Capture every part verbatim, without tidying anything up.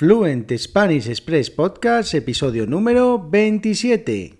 Fluent Spanish Express Podcast, episodio número veintisiete.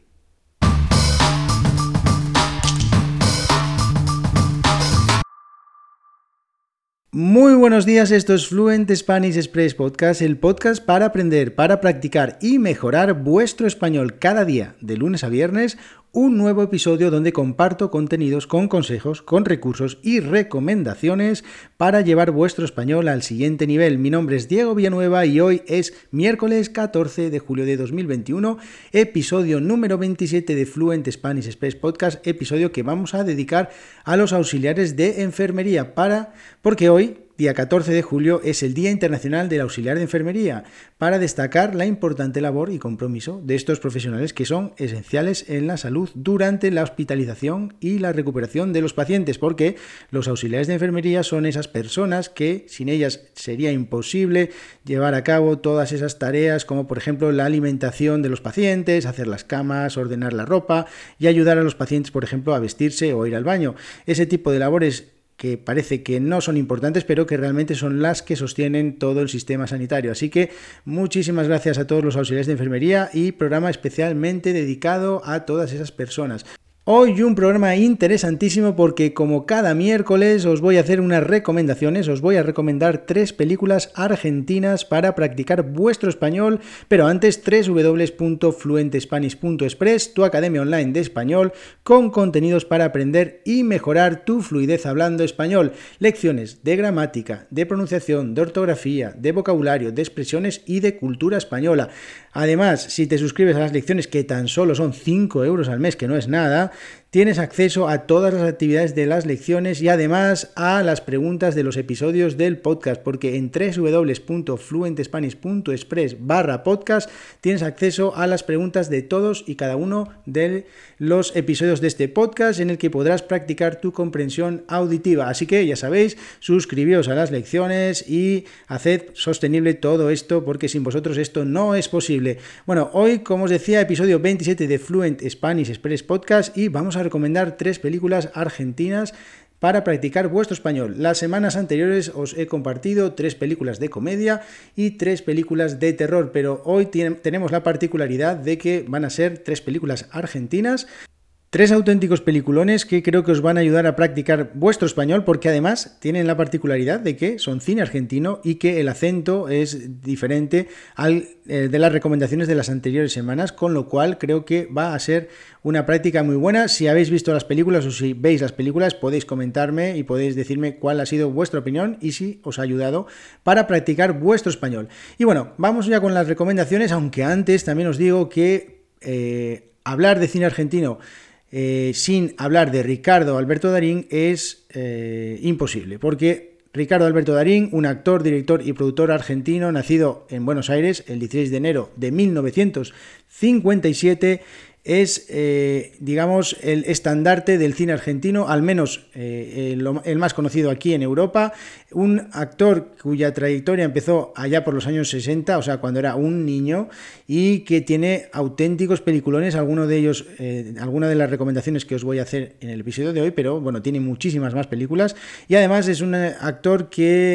Muy buenos días, esto es Fluent Spanish Express Podcast, el podcast para aprender, para practicar y mejorar vuestro español cada día, de lunes a viernes, un nuevo episodio donde comparto contenidos con consejos, con recursos y recomendaciones para llevar vuestro español al siguiente nivel. Mi nombre es Diego Villanueva y hoy es miércoles catorce de julio de dos mil veintiuno, episodio número veintisiete de Fluent Spanish Express Podcast, episodio que vamos a dedicar a los auxiliares de enfermería, para, porque hoy, día catorce de julio, es el Día Internacional del Auxiliar de Enfermería, para destacar la importante labor y compromiso de estos profesionales que son esenciales en la salud durante la hospitalización y la recuperación de los pacientes, porque los auxiliares de enfermería son esas personas que sin ellas sería imposible llevar a cabo todas esas tareas, como por ejemplo la alimentación de los pacientes, hacer las camas, ordenar la ropa y ayudar a los pacientes, por ejemplo, a vestirse o ir al baño. Ese tipo de labores que parece que no son importantes, pero que realmente son las que sostienen todo el sistema sanitario. Así que muchísimas gracias a todos los auxiliares de enfermería y programa especialmente dedicado a todas esas personas. Hoy un programa interesantísimo porque, como cada miércoles, os voy a hacer unas recomendaciones, os voy a recomendar tres películas argentinas para practicar vuestro español, pero antes doble u doble u doble u punto fluent spanish punto express, tu academia online de español, con contenidos para aprender y mejorar tu fluidez hablando español, lecciones de gramática, de pronunciación, de ortografía, de vocabulario, de expresiones y de cultura española. Además, si te suscribes a las lecciones, que tan solo son cinco euros al mes, que no es nada, tienes acceso a todas las actividades de las lecciones y además a las preguntas de los episodios del podcast, porque en doble u doble u doble u punto fluent spanish punto express barra podcast tienes acceso a las preguntas de todos y cada uno de los episodios de este podcast, en el que podrás practicar tu comprensión auditiva. Así que ya sabéis, suscribíos a las lecciones y haced sostenible todo esto, porque sin vosotros esto no es posible. Bueno, hoy, como os decía, episodio veintisiete de Fluent Spanish Express Podcast, y vamos a recomendar tres películas argentinas para practicar vuestro español. Las semanas anteriores os he compartido tres películas de comedia y tres películas de terror, pero hoy tiene, tenemos la particularidad de que van a ser tres películas argentinas. Tres auténticos peliculones que creo que os van a ayudar a practicar vuestro español, porque además tienen la particularidad de que son cine argentino y que el acento es diferente al eh, de las recomendaciones de las anteriores semanas, con lo cual creo que va a ser una práctica muy buena. Si habéis visto las películas o si veis las películas, podéis comentarme y podéis decirme cuál ha sido vuestra opinión y si os ha ayudado para practicar vuestro español. Y bueno, vamos ya con las recomendaciones, aunque antes también os digo que eh, hablar de cine argentino Eh, sin hablar de Ricardo Alberto Darín es eh, imposible, porque Ricardo Alberto Darín, un actor, director y productor argentino, nacido en Buenos Aires el dieciséis de enero de mil novecientos cincuenta y siete, es, eh, digamos, el estandarte del cine argentino, al menos eh, el, el más conocido aquí en Europa, un actor cuya trayectoria empezó allá por los años sesenta, o sea, cuando era un niño, y que tiene auténticos peliculones, algunos de ellos, eh, algunas de las recomendaciones que os voy a hacer en el episodio de hoy, pero bueno, tiene muchísimas más películas, y además es un actor que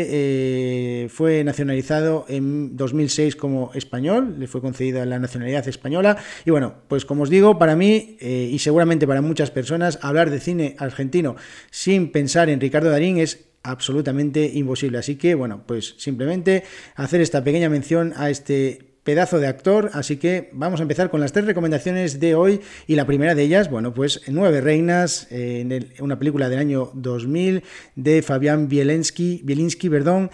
eh, fue nacionalizado en dos mil seis como español, le fue concedida la nacionalidad española, y bueno, pues como os digo, Digo, para mí, eh, y seguramente para muchas personas, hablar de cine argentino sin pensar en Ricardo Darín es absolutamente imposible. Así que, bueno, pues simplemente hacer esta pequeña mención a este pedazo de actor. Así que vamos a empezar con las tres recomendaciones de hoy, y la primera de ellas, bueno, pues Nueve Reinas, eh, en el, una película del año dos mil de Fabián Bielinski, Bielinski, perdón,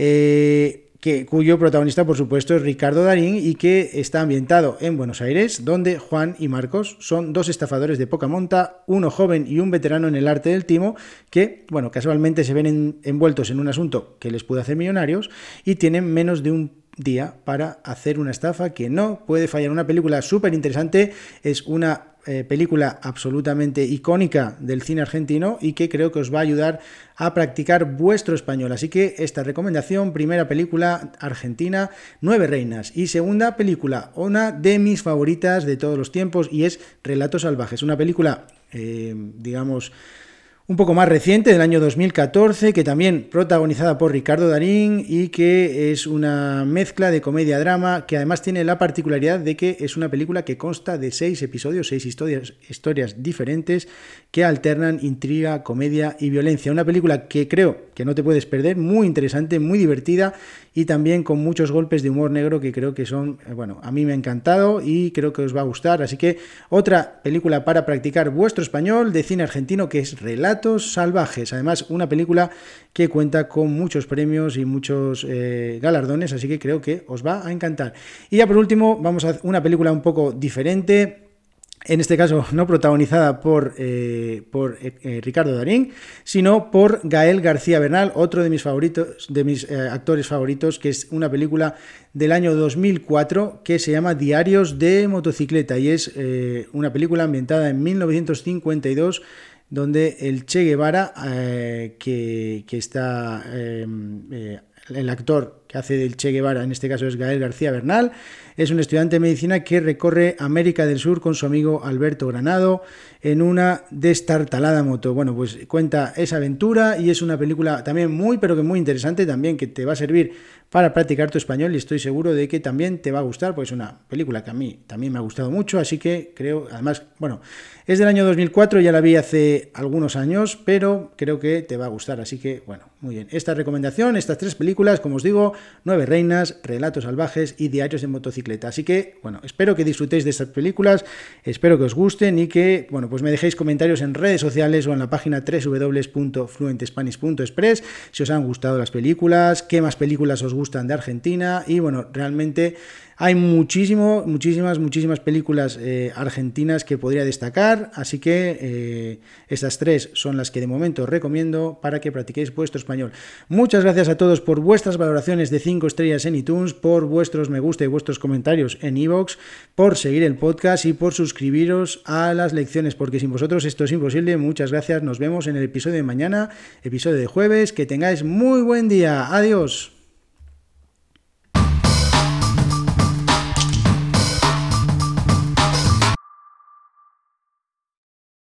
eh, Que, cuyo protagonista, por supuesto, es Ricardo Darín, y que está ambientado en Buenos Aires, donde Juan y Marcos son dos estafadores de poca monta, uno joven y un veterano en el arte del timo, que, bueno, casualmente se ven en, envueltos en un asunto que les puede hacer millonarios y tienen menos de un día para hacer una estafa que no puede fallar. Una película súper interesante, es una Eh, película absolutamente icónica del cine argentino y que creo que os va a ayudar a practicar vuestro español. Así que esta recomendación: primera película argentina, Nueve Reinas, y segunda película, una de mis favoritas de todos los tiempos, y es Relatos Salvajes, una película, eh, digamos, un poco más reciente, del año dos mil catorce, que también protagonizada por Ricardo Darín y que es una mezcla de comedia-drama, que además tiene la particularidad de que es una película que consta de seis episodios, seis historias, historias diferentes que alternan intriga, comedia y violencia. Una película que creo que no te puedes perder, muy interesante, muy divertida y también con muchos golpes de humor negro que creo que son, bueno, a mí me ha encantado y creo que os va a gustar. Así que otra película para practicar vuestro español de cine argentino, que es Relatos Salvajes. Además, una película que cuenta con muchos premios y muchos eh, galardones, así que creo que os va a encantar. Y ya por último, vamos a una película un poco diferente. En este caso no protagonizada por, eh, por eh, Ricardo Darín, sino por Gael García Bernal, otro de mis favoritos, de mis eh, actores favoritos, que es una película del año dos mil cuatro que se llama Diarios de motocicleta y es eh, una película ambientada en mil novecientos cincuenta y dos, donde el Che Guevara, eh, que, que está eh, eh, el actor que hace del Che Guevara, en este caso es Gael García Bernal, es un estudiante de medicina que recorre América del Sur con su amigo Alberto Granado en una destartalada moto. Bueno, pues cuenta esa aventura y es una película también muy, pero que muy interesante también, que te va a servir para practicar tu español y estoy seguro de que también te va a gustar, pues es una película que a mí también me ha gustado mucho, así que creo, además, bueno, es del año dos mil cuatro, ya la vi hace algunos años, pero creo que te va a gustar, así que, bueno, muy bien. Esta recomendación, estas tres películas, como os digo, Nueve Reinas, Relatos Salvajes y Diarios de motocicleta. Así que, bueno, espero que disfrutéis de estas películas, espero que os gusten y que, bueno, pues me dejéis comentarios en redes sociales o en la página doble u doble u doble u punto fluent spanish punto express si os han gustado las películas, qué más películas os gustan de Argentina y, bueno, realmente hay muchísimo, muchísimas, muchísimas películas eh, argentinas que podría destacar, así que eh, estas tres son las que de momento os recomiendo para que practiquéis vuestro español. Muchas gracias a todos por vuestras valoraciones de cinco estrellas en iTunes, por vuestros me gusta y vuestros comentarios en iVoox, por seguir el podcast y por suscribiros a las lecciones, porque sin vosotros esto es imposible. Muchas gracias, nos vemos en el episodio de mañana, episodio de jueves, que tengáis muy buen día, adiós.